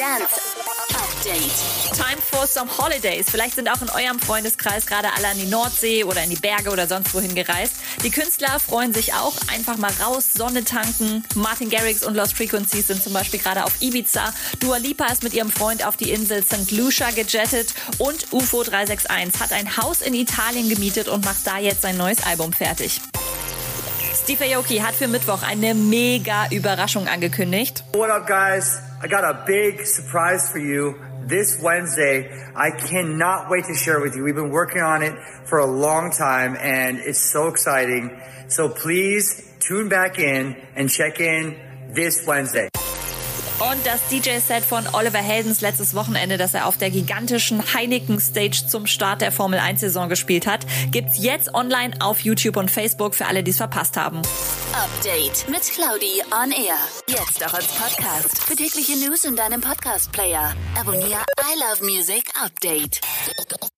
Dance Update. Time for some holidays. Vielleicht sind auch in eurem Freundeskreis gerade alle an die Nordsee oder in die Berge oder sonst wohin gereist. Die Künstler freuen sich auch. Einfach mal raus, Sonne tanken. Martin Garrix und Lost Frequencies sind zum Beispiel gerade auf Ibiza. Dua Lipa ist mit ihrem Freund auf die Insel St. Lucia gejettet. Und UFO 361 hat ein Haus in Italien gemietet und macht da jetzt sein neues Album fertig. Steve Aoki hat für Mittwoch eine mega Überraschung angekündigt. What up, guys? I got a big surprise for you this Wednesday. I cannot wait to share it with you. We've been working on it for a long time, and it's so exciting. So please tune back in and check in this Wednesday. Und das DJ-Set von Oliver Heldens letztes Wochenende, das er auf der gigantischen Heineken-Stage zum Start der Formel-1-Saison gespielt hat, gibt's jetzt online auf YouTube und Facebook für alle, die es verpasst haben. Update mit Claudi on Air. Jetzt auch als Podcast. Für tägliche News in deinem Podcast-Player. Abonniere I Love Music Update.